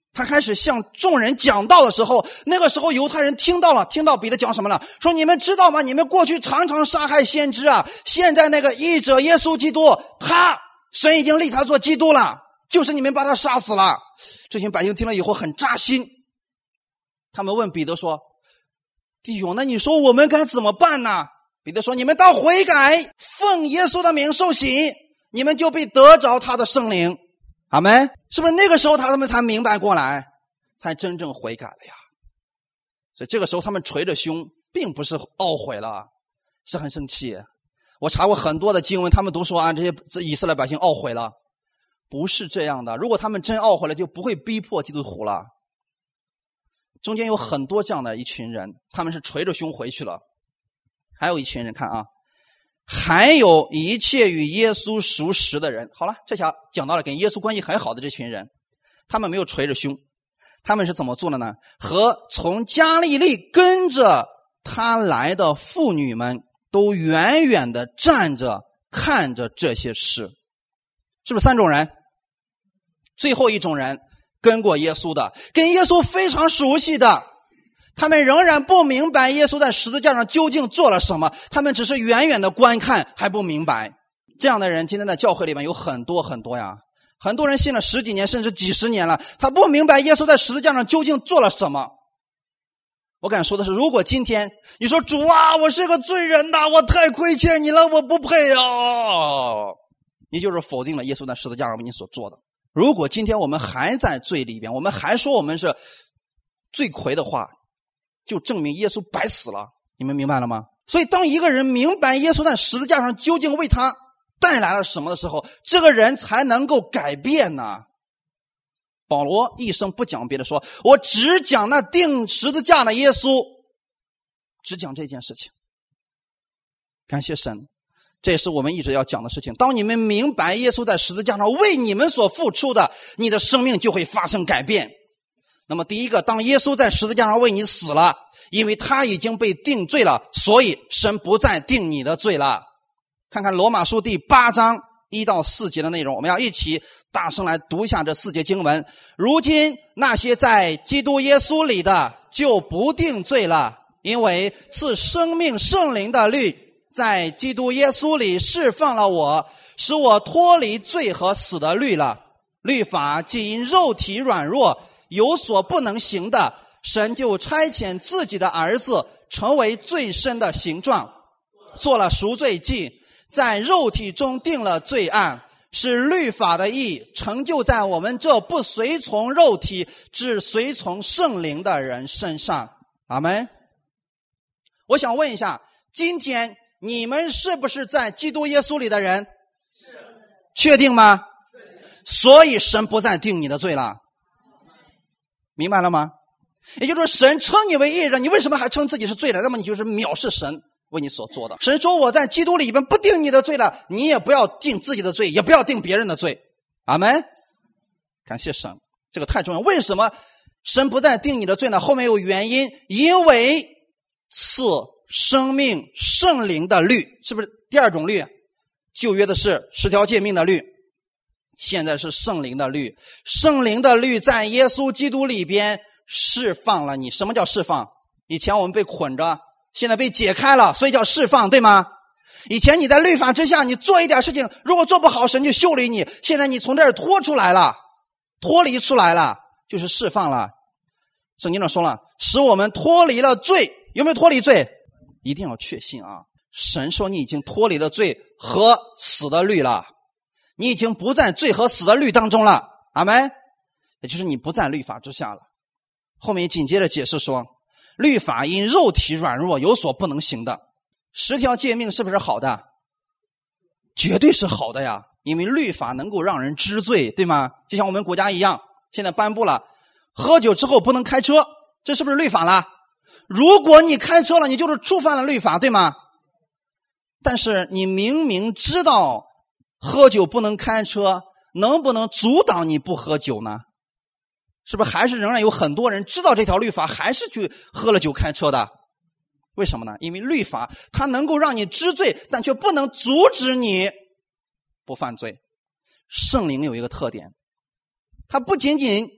他开始向众人讲道的时候，那个时候犹太人听到了，听到彼得讲什么了？说你们知道吗？你们过去常常杀害先知啊，现在那个义者耶稣基督，他神已经立他做基督了，就是你们把他杀死了。这群百姓听了以后很扎心，他们问彼得说：弟兄，那你说我们该怎么办呢？彼得说：你们当悔改，奉耶稣的名受洗，你们就必得着他的圣灵。阿们，是不是那个时候他们才明白过来，才真正悔改了呀？所以这个时候他们捶着胸，并不是懊悔了，是很生气。我查过很多的经文，他们都说啊，这些以色列百姓懊悔了，不是这样的。如果他们真懊悔了，就不会逼迫基督徒了。中间有很多这样的一群人，他们是捶着胸回去了。还有一群人，看啊，还有一切与耶稣熟识的人。好了，这下讲到了跟耶稣关系很好的这群人，他们没有捶着胸，他们是怎么做的呢？和从加利利跟着他来的妇女们都远远的站着看着这些事。是不是三种人？最后一种人跟过耶稣的，跟耶稣非常熟悉的，他们仍然不明白耶稣在十字架上究竟做了什么，他们只是远远的观看，还不明白。这样的人今天在教会里面有很多很多呀，很多人信了十几年甚至几十年了，他不明白耶稣在十字架上究竟做了什么。我敢说的是，如果今天你说主啊，我是个罪人呐，我太亏欠你了，我不配啊，你就是否定了耶稣在十字架上为你所做的。如果今天我们还在罪里边，我们还说我们是罪魁的话，就证明耶稣白死了。你们明白了吗？所以当一个人明白耶稣在十字架上究竟为他带来了什么的时候，这个人才能够改变呢。保罗一生不讲别的，说我只讲那钉十字架的耶稣，只讲这件事情。感谢神，这也是我们一直要讲的事情。当你们明白耶稣在十字架上为你们所付出的，你的生命就会发生改变。那么第一个，当耶稣在十字架上为你死了，因为他已经被定罪了，所以神不再定你的罪了。看看罗马书第八章一到四节的内容，我们要一起大声来读一下这四节经文。如今那些在基督耶稣里的就不定罪了，因为赐生命圣灵的律在基督耶稣里释放了我，使我脱离罪和死的律了。律法既因肉体软弱有所不能行的，神就差遣自己的儿子成为最深的形状，做了赎罪祭，在肉体中定了罪案，使律法的义成就在我们这不随从肉体只随从圣灵的人身上。阿们。我想问一下，今天你们是不是在基督耶稣里的人？确定吗？所以神不再定你的罪了。明白了吗？也就是说，神称你为义人，你为什么还称自己是罪人？那么你就是藐视神为你所做的。神说我在基督里边不定你的罪了，你也不要定自己的罪，也不要定别人的罪。阿们。感谢神，这个太重要。为什么神不再定你的罪呢？后面有原因，因为赐生命圣灵的律，是不是第二种律？旧约的是十条诫命的律，现在是圣灵的律。圣灵的律在耶稣基督里边释放了你。什么叫释放？以前我们被捆着，现在被解开了，所以叫释放，对吗？以前你在律法之下，你做一点事情，如果做不好，神就修理你。现在你从这儿脱出来了，脱离出来了，就是释放了。圣经上说了，使我们脱离了罪。有没有脱离罪？一定要确信啊！神说你已经脱离了罪和死的律了，你已经不在罪和死的律当中了。阿们。也就是你不在律法之下了。后面紧接着解释说，律法因肉体软弱有所不能行的。十条诫命是不是好的？绝对是好的呀，因为律法能够让人知罪，对吗？就像我们国家一样，现在颁布了喝酒之后不能开车，这是不是律法了？如果你开车了，你就是触犯了律法，对吗？但是你明明知道喝酒不能开车，能不能阻挡你不喝酒呢？是不是还是仍然有很多人知道这条律法，还是去喝了酒开车的？为什么呢？因为律法它能够让你知罪，但却不能阻止你不犯罪。圣灵有一个特点，它不仅仅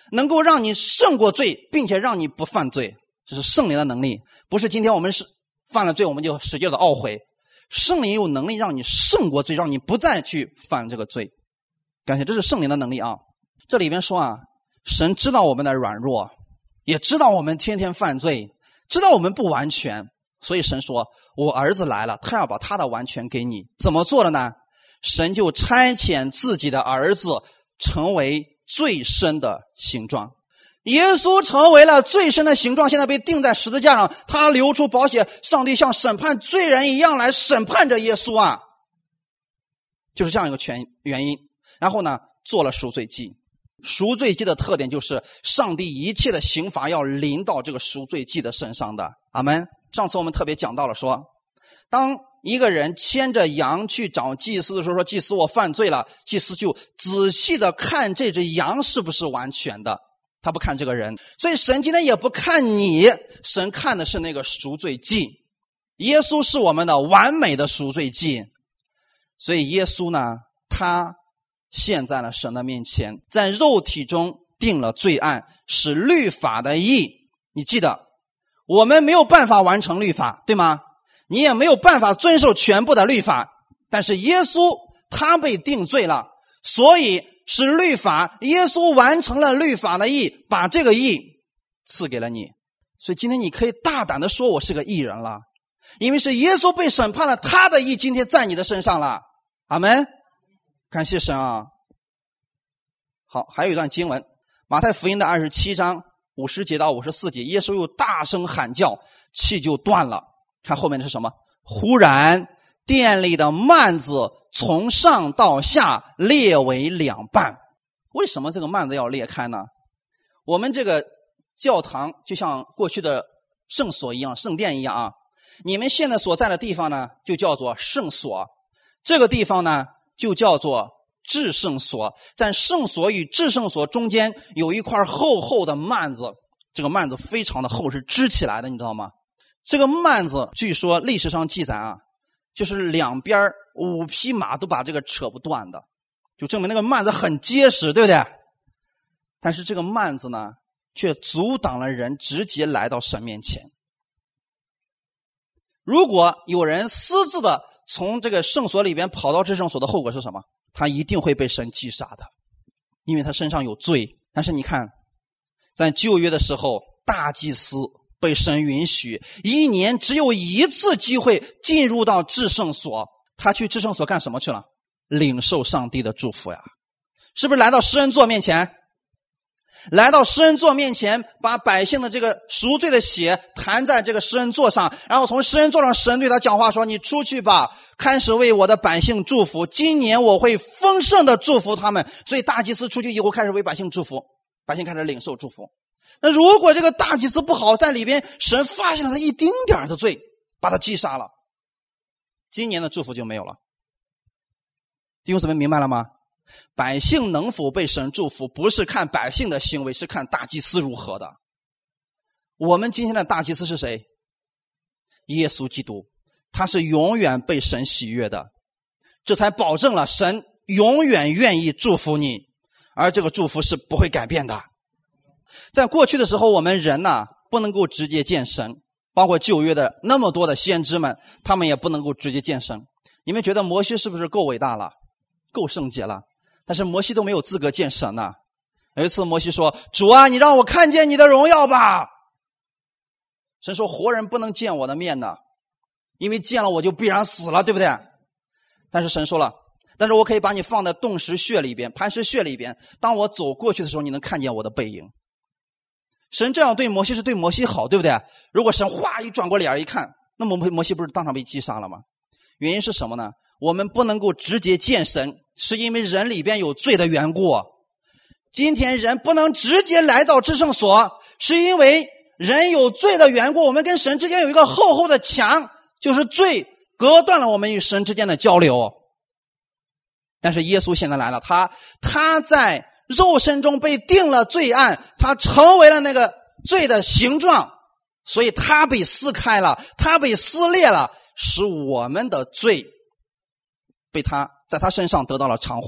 能够让你胜过罪，并且让你不犯罪。这是圣灵的能力，不是今天我们是犯了罪我们就使劲的懊悔。圣灵有能力让你胜过罪，让你不再去犯这个罪。感谢，这是圣灵的能力啊！这里边说啊，神知道我们的软弱，也知道我们天天犯罪，知道我们不完全，所以神说我儿子来了，他要把他的完全给你。怎么做的呢？神就差遣自己的儿子成为最深的形状。耶稣成为了最深的形状，现在被钉在十字架上，他流出宝血，上帝像审判罪人一样来审判着耶稣啊，就是这样一个全原因。然后呢，做了赎罪祭。赎罪祭的特点就是上帝一切的刑罚要临到这个赎罪祭的身上的。阿们。上次我们特别讲到了说，当一个人牵着羊去找祭司的时候，说祭司我犯罪了，祭司就仔细的看这只羊是不是完全的，他不看这个人。所以神今天也不看你，神看的是那个赎罪祭。耶稣是我们的完美的赎罪祭，所以耶稣呢，他现在了神的面前，在肉体中定了罪案，使律法的义。你记得我们没有办法完成律法，对吗？你也没有办法遵守全部的律法，但是耶稣他被定罪了，所以是律法，耶稣完成了律法的义，把这个义赐给了你。所以今天你可以大胆的说我是个义人了，因为是耶稣被审判了，他的义今天在你的身上了。阿们。感谢神啊！好，还有一段经文，马太福音的二十七章五十节到五十四节，耶稣又大声喊叫，气就断了。看后面的是什么？忽然殿里的幔子从上到下裂为两半。为什么这个幔子要裂开呢？我们这个教堂就像过去的圣所一样，圣殿一样啊。你们现在所在的地方呢，就叫做圣所，这个地方呢就叫做至圣所。在圣所与至圣所中间有一块厚厚的幔子，这个幔子非常的厚，是支起来的，你知道吗？这个幔子据说历史上记载啊，就是两边五匹马都把这个扯不断的，就证明那个幔子很结实，对不对？但是这个幔子呢，却阻挡了人直接来到神面前。如果有人私自的从这个圣所里边跑到至圣所的后果是什么？他一定会被神击杀的，因为他身上有罪。但是你看，在旧约的时候，大祭司被神允许一年只有一次机会进入到至圣所，他去至圣所干什么去了？领受上帝的祝福呀！是不是来到施恩座面前？来到施恩座面前，把百姓的这个赎罪的血弹在这个施恩座上，然后从施恩座上神对他讲话说，你出去吧，开始为我的百姓祝福，今年我会丰盛的祝福他们。所以大祭司出去以后开始为百姓祝福，百姓开始领受祝福。那如果这个大祭司不好，在里边神发现了他一丁点的罪，把他击杀了，今年的祝福就没有了。弟兄姊妹明白了吗？百姓能否被神祝福，不是看百姓的行为，是看大祭司如何的。我们今天的大祭司是谁？耶稣基督，他是永远被神喜悦的，这才保证了神永远愿意祝福你，而这个祝福是不会改变的。在过去的时候，我们人呐不能够直接见神，包括旧约的那么多的先知们，他们也不能够直接见神。你们觉得摩西是不是够伟大了，够圣洁了？但是摩西都没有资格见神呐、啊。有一次摩西说，主啊，你让我看见你的荣耀吧。神说，活人不能见我的面的，因为见了我就必然死了，对不对？但是神说了，但是我可以把你放在洞石穴里边，磐石穴里边，当我走过去的时候，你能看见我的背影。神这样对摩西是对摩西好，对不对？如果神哗一转过脸一看，那么摩西不是当场被击杀了吗？原因是什么呢？我们不能够直接见神，是因为人里边有罪的缘故。今天人不能直接来到至圣所，是因为人有罪的缘故，我们跟神之间有一个厚厚的墙，就是罪隔断了我们与神之间的交流。但是耶稣现在来了，他他在肉身中被定了罪案，他成为了那个罪的形状，所以他被撕开了，他被撕裂了，使我们的罪被他在他身上得到了偿还。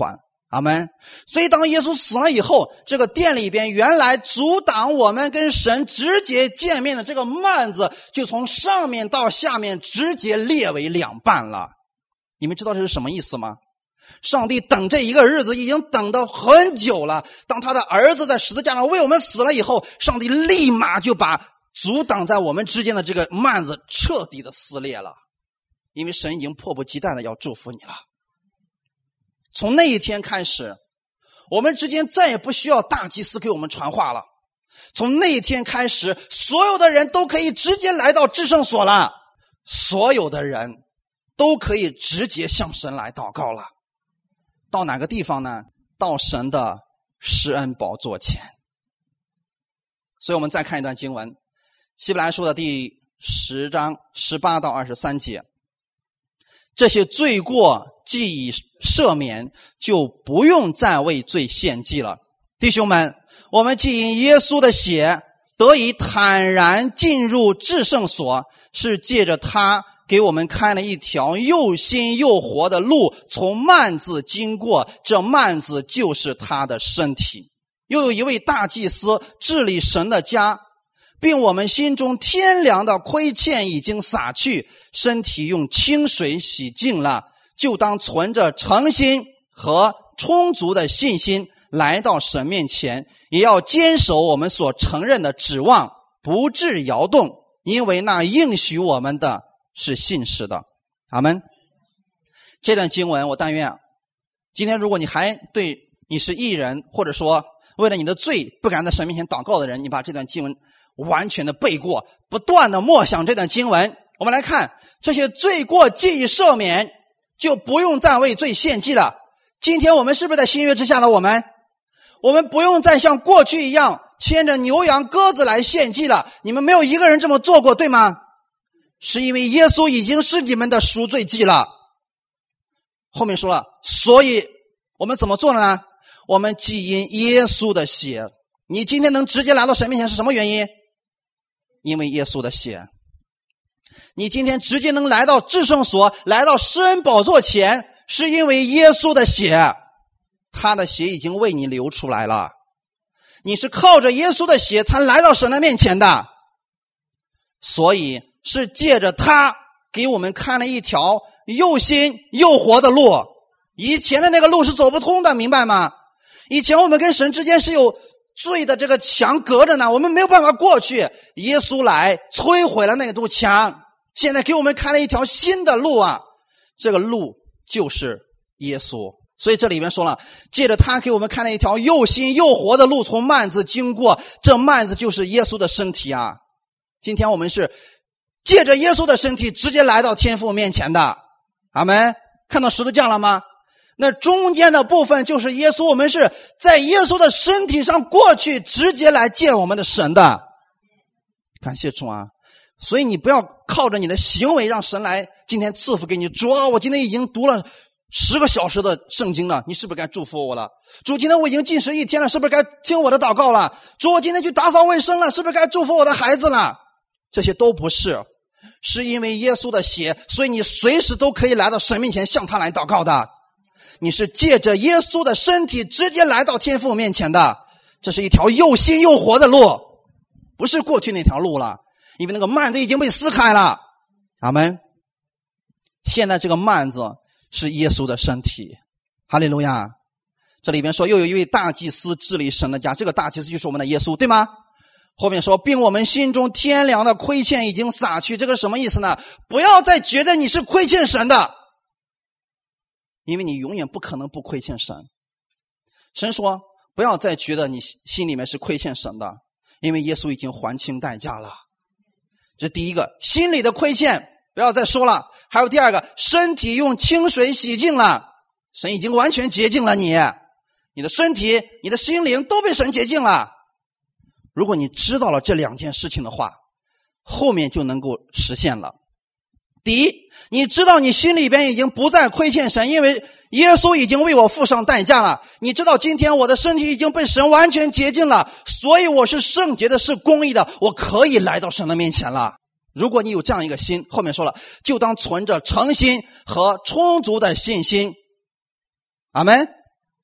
阿们。所以当耶稣死了以后，这个殿里边原来阻挡我们跟神直接见面的这个幔子，就从上面到下面直接裂为两半了。你们知道这是什么意思吗？上帝等这一个日子已经等得很久了，当他的儿子在十字架上为我们死了以后，上帝立马就把阻挡在我们之间的这个幔子彻底的撕裂了，因为神已经迫不及待的要祝福你了。从那一天开始，我们之间再也不需要大祭司给我们传话了。从那一天开始，所有的人都可以直接来到至圣所了，所有的人都可以直接向神来祷告了。到哪个地方呢？到神的施恩宝座前。所以我们再看一段经文，希伯来书的第十章十八到二十三节。这些罪过既已赦免，就不用再为罪献祭了。弟兄们，我们既因耶稣的血得以坦然进入至圣所，是借着他给我们开了一条又新又活的路，从幔子经过，这幔子就是他的身体。又有一位大祭司治理神的家，并我们心中天良的亏欠已经洒去，身体用清水洗净了，就当存着诚心和充足的信心来到神面前，也要坚守我们所承认的指望，不致摇动，因为那应许我们的是信实的。阿们。这段经文我但愿今天如果你还对你是义人，或者说为了你的罪不敢在神面前祷告的人，你把这段经文完全的背过，不断的默想这段经文。我们来看，这些罪过既已赦免，就不用再为罪献祭了。今天我们是不是在新约之下的我们？我们不用再像过去一样牵着牛羊鸽子来献祭了。你们没有一个人这么做过，对吗？是因为耶稣已经是你们的赎罪祭了。后面说了，所以我们怎么做了呢？我们既因耶稣的血，你今天能直接来到神面前是什么原因？因为耶稣的血。你今天直接能来到至圣所，来到施恩宝座前，是因为耶稣的血，他的血已经为你流出来了。你是靠着耶稣的血才来到神的面前的，所以是借着他给我们开了一条又新又活的路。以前的那个路是走不通的，明白吗？以前我们跟神之间是有罪的这个墙隔着呢，我们没有办法过去。耶稣来摧毁了那堵墙，现在给我们开了一条新的路啊，这个路就是耶稣。所以这里面说了，借着他给我们开了一条又新又活的路，从幔子经过，这幔子就是耶稣的身体啊。今天我们是借着耶稣的身体直接来到天父面前的。阿们。看到十字架了吗？那中间的部分就是耶稣，我们是在耶稣的身体上过去，直接来见我们的神的。感谢主啊！所以你不要靠着你的行为让神来今天赐福给你。主啊，我今天已经读了十个小时的圣经了，你是不是该祝福我了？主，今天我已经禁食一天了，是不是该听我的祷告了？主，我今天去打扫卫生了，是不是该祝福我的孩子了？这些都不是，是因为耶稣的血，所以你随时都可以来到神面前向他来祷告的。你是借着耶稣的身体直接来到天父面前的，这是一条又新又活的路，不是过去那条路了，因为那个幔子已经被撕开了。阿们。现在这个幔子是耶稣的身体，哈利路亚。这里边说又有一位大祭司治理神的家，这个大祭司就是我们的耶稣，对吗？后面说并我们心中天良的亏欠已经洒去，这个什么意思呢？不要再觉得你是亏欠神的，因为你永远不可能不亏欠神。神说不要再觉得你心里面是亏欠神的，因为耶稣已经还清代价了。这是第一个，心里的亏欠不要再说了。还有第二个，身体用清水洗净了，神已经完全洁净了你，你的身体你的心灵都被神洁净了。如果你知道了这两件事情的话，后面就能够实现了。第一，你知道你心里边已经不再亏欠神，因为耶稣已经为我付上代价了。你知道今天我的身体已经被神完全洁净了，所以我是圣洁的，是公义的，我可以来到神的面前了。如果你有这样一个心，后面说了，就当存着诚心和充足的信心。阿们。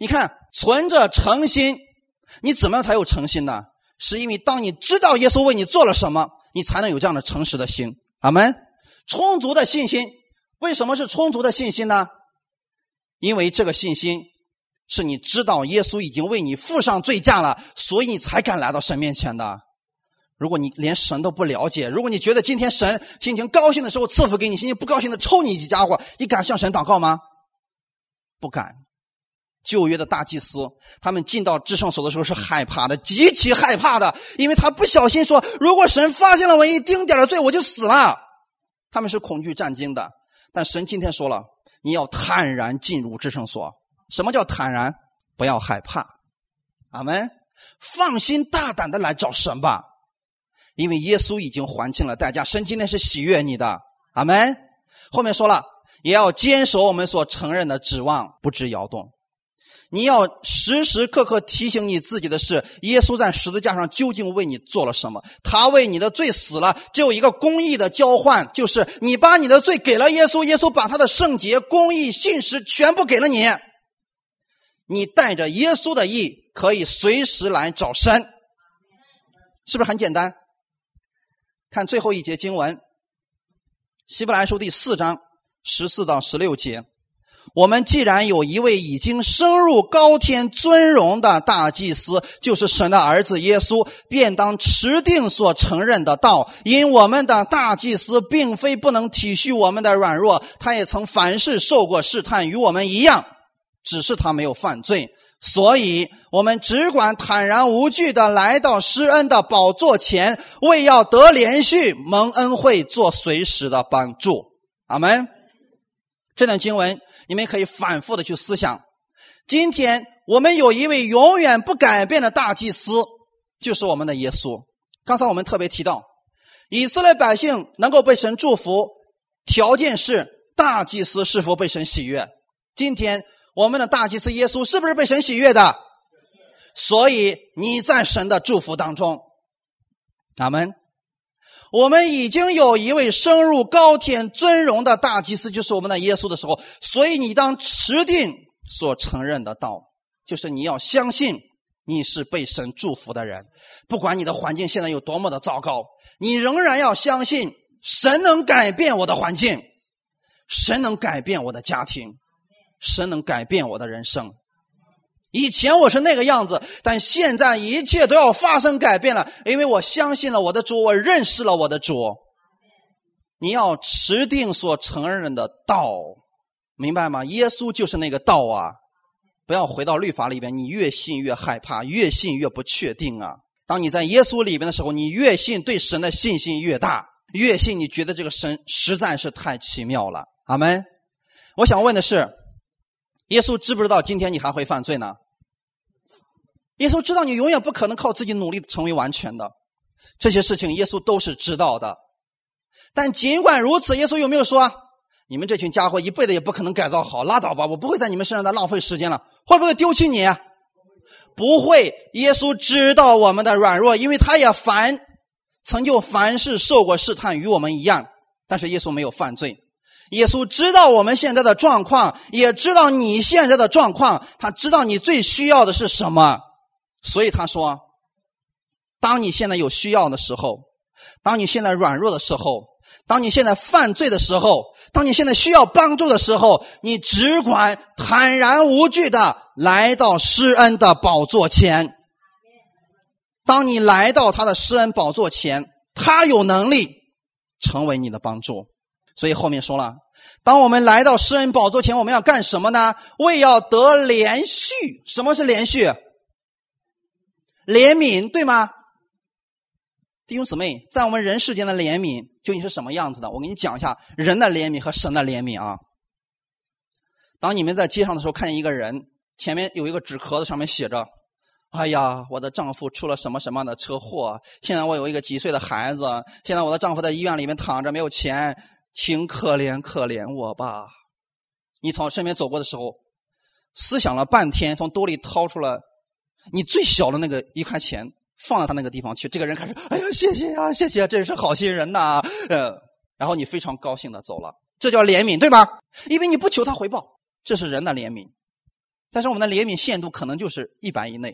你看，存着诚心，你怎么样才有诚心呢？是因为当你知道耶稣为你做了什么，你才能有这样的诚实的心。阿们。充足的信心，为什么是充足的信心呢？因为这个信心是你知道耶稣已经为你付上罪价了，所以你才敢来到神面前的。如果你连神都不了解，如果你觉得今天神心情高兴的时候赐福给你，心情不高兴的抽你一家伙，你敢向神祷告吗？不敢。旧约的大祭司，他们进到至圣所的时候是害怕的，极其害怕的，因为他不小心说，如果神发现了我一丁点的罪，我就死了。他们是恐惧战惊的。但神今天说了，你要坦然进入至圣所。什么叫坦然？不要害怕。阿们。放心大胆的来找神吧，因为耶稣已经还清了代价，神今天是喜悦你的。阿们。后面说了，也要坚守我们所承认的指望，不致摇动。你要时时刻刻提醒你自己的是，耶稣在十字架上究竟为你做了什么？他为你的罪死了，只有一个公义的交换，就是你把你的罪给了耶稣，耶稣把他的圣洁、公义、信实全部给了你。你带着耶稣的义，可以随时来找神，是不是很简单？看最后一节经文，希伯来书第四章十四到十六节。我们既然有一位已经升入高天尊荣的大祭司，就是神的儿子耶稣，便当持定所承认的道。因我们的大祭司并非不能体恤我们的软弱，他也曾凡事受过试探，与我们一样，只是他没有犯罪。所以我们只管坦然无惧地来到施恩的宝座前，为要得连续蒙恩惠，做随时的帮助。阿们。这段经文你们可以反复的去思想。今天我们有一位永远不改变的大祭司，就是我们的耶稣。刚才我们特别提到，以色列百姓能够被神祝福，条件是大祭司是否被神喜悦。今天我们的大祭司耶稣是不是被神喜悦的？所以你在神的祝福当中。阿们。我们已经有一位升入高天尊荣的大祭司，就是我们的耶稣的时候，所以你当持定所承认的道，就是你要相信你是被神祝福的人。不管你的环境现在有多么的糟糕，你仍然要相信神能改变我的环境，神能改变我的家庭，神能改变我的人生。以前我是那个样子，但现在一切都要发生改变了，因为我相信了我的主，我认识了我的主。你要持定所承认的道，明白吗？耶稣就是那个道啊！不要回到律法里边，你越信越害怕，越信越不确定啊！当你在耶稣里边的时候，你越信，对神的信心越大，越信你觉得这个神实在是太奇妙了。阿们。我想问的是，耶稣知不知道今天你还会犯罪呢？耶稣知道你永远不可能靠自己努力成为完全的，这些事情耶稣都是知道的。但尽管如此，耶稣有没有说，你们这群家伙一辈子也不可能改造好，拉倒吧，我不会在你们身上再浪费时间了。会不会丢弃你？不会。耶稣知道我们的软弱，因为他也凡曾就凡事受过试探，与我们一样，但是耶稣没有犯罪。耶稣知道我们现在的状况，也知道你现在的状况，他知道你最需要的是什么。所以他说，当你现在有需要的时候，当你现在软弱的时候，当你现在犯罪的时候，当你现在需要帮助的时候，你只管坦然无惧的来到施恩的宝座前。当你来到他的施恩宝座前，他有能力成为你的帮助。所以后面说了，当我们来到施恩宝座前，我们要干什么呢？为要得连续。什么是连续？怜悯，对吗？弟兄姊妹，在我们人世间的怜悯究竟是什么样子的？我给你讲一下人的怜悯和神的怜悯啊。当你们在街上的时候看见一个人，前面有一个纸壳子，上面写着，哎呀，我的丈夫出了什么什么样的车祸，现在我有一个几岁的孩子，现在我的丈夫在医院里面躺着没有钱，请可怜可怜我吧。你从身边走过的时候，思想了半天，从兜里掏出了你最小的那个一块钱，放到他那个地方去，这个人开始，哎呀，谢谢啊，谢谢，真是好心人呐，呃，然后你非常高兴的走了，这叫怜悯，对吧？因为你不求他回报，这是人的怜悯。 但是我们的怜悯限度可能就是一百以内。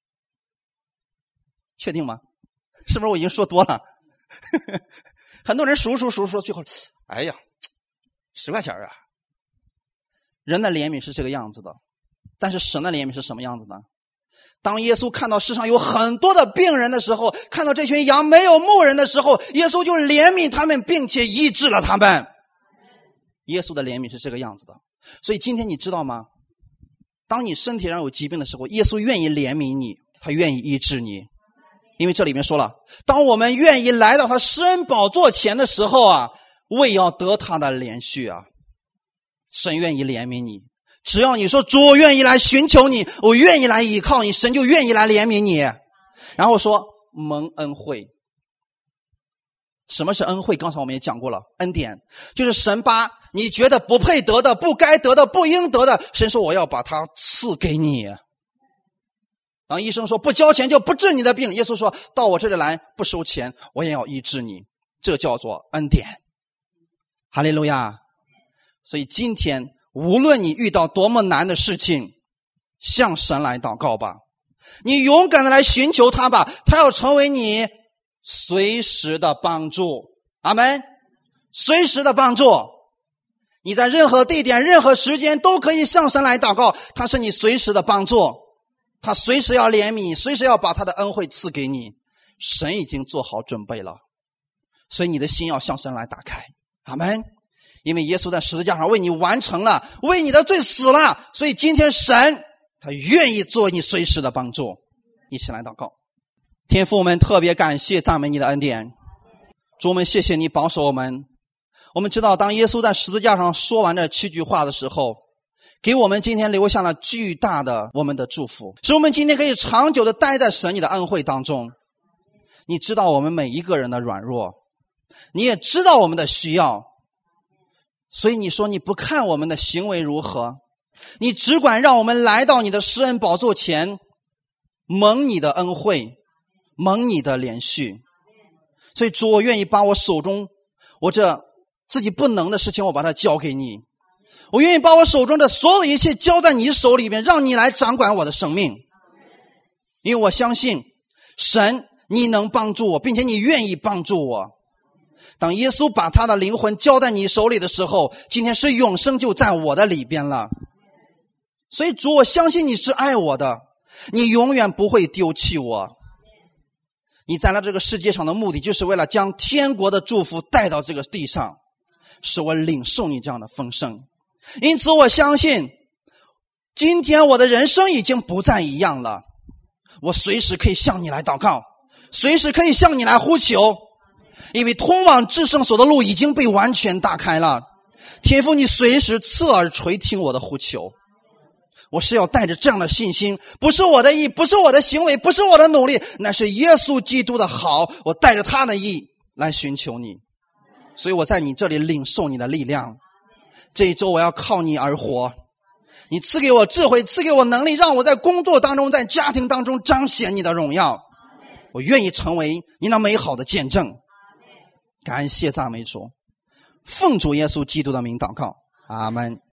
确定吗？是不是我已经说多了？很多人数数数数，最后，哎呀，十块钱啊！人的怜悯是这个样子的，但是神的怜悯是什么样子呢？当耶稣看到世上有很多的病人的时候，看到这群羊没有牧人的时候，耶稣就怜悯他们，并且医治了他们。耶稣的怜悯是这个样子的。所以今天你知道吗？当你身体上有疾病的时候，耶稣愿意怜悯你，他愿意医治你。因为这里面说了，当我们愿意来到他施恩宝座前的时候啊，为要得他的怜恤啊，神愿意怜悯你。只要你说主，我愿意来寻求你，我愿意来依靠你，神就愿意来怜悯你。然后说蒙恩惠。什么是恩惠？刚才我们也讲过了，恩典就是神把你觉得不配得的、不该得的、不应得的，神说我要把它赐给你。当医生说不交钱就不治你的病，耶稣说到我这里来不收钱，我也要医治你，这叫做恩典。哈利路亚。所以今天无论你遇到多么难的事情，向神来祷告吧，你勇敢的来寻求他吧，他要成为你随时的帮助。阿们。随时的帮助，你在任何地点任何时间都可以向神来祷告，他是你随时的帮助，他随时要怜悯，随时要把他的恩惠赐给你。神已经做好准备了，所以你的心要向神来打开。阿们。因为耶稣在十字架上为你完成了，为你的罪死了，所以今天神他愿意做你随时的帮助。一起来祷告。天父，我们特别感谢赞美你的恩典，主，我们谢谢你保守我们。我们知道当耶稣在十字架上说完这七句话的时候，给我们今天留下了巨大的我们的祝福，使我们今天可以长久的待在神你的恩惠当中。你知道我们每一个人的软弱，你也知道我们的需要，所以你说你不看我们的行为如何，你只管让我们来到你的施恩宝座前，蒙你的恩惠，蒙你的怜恤。所以主，我愿意把我手中我这自己不能的事情我把它交给你，我愿意把我手中的所有的一切交在你手里面，让你来掌管我的生命。因为我相信神你能帮助我，并且你愿意帮助我。当耶稣把他的灵魂交在你手里的时候，今天是永生就在我的里边了。所以主，我相信你是爱我的，你永远不会丢弃我。你在了这个世界上的目的就是为了将天国的祝福带到这个地上，使我领受你这样的丰盛。因此我相信今天我的人生已经不再一样了，我随时可以向你来祷告，随时可以向你来呼求，因为通往至圣所的路已经被完全打开了。天父，你随时侧耳垂听我的呼求。我是要带着这样的信心，不是我的意，不是我的行为，不是我的努力，那是耶稣基督的好，我带着他的意来寻求你。所以我在你这里领受你的力量。这一周我要靠你而活，你赐给我智慧，赐给我能力，让我在工作当中，在家庭当中彰显你的荣耀。我愿意成为你那美好的见证。感谢赞美主，奉主耶稣基督的名祷告，阿们。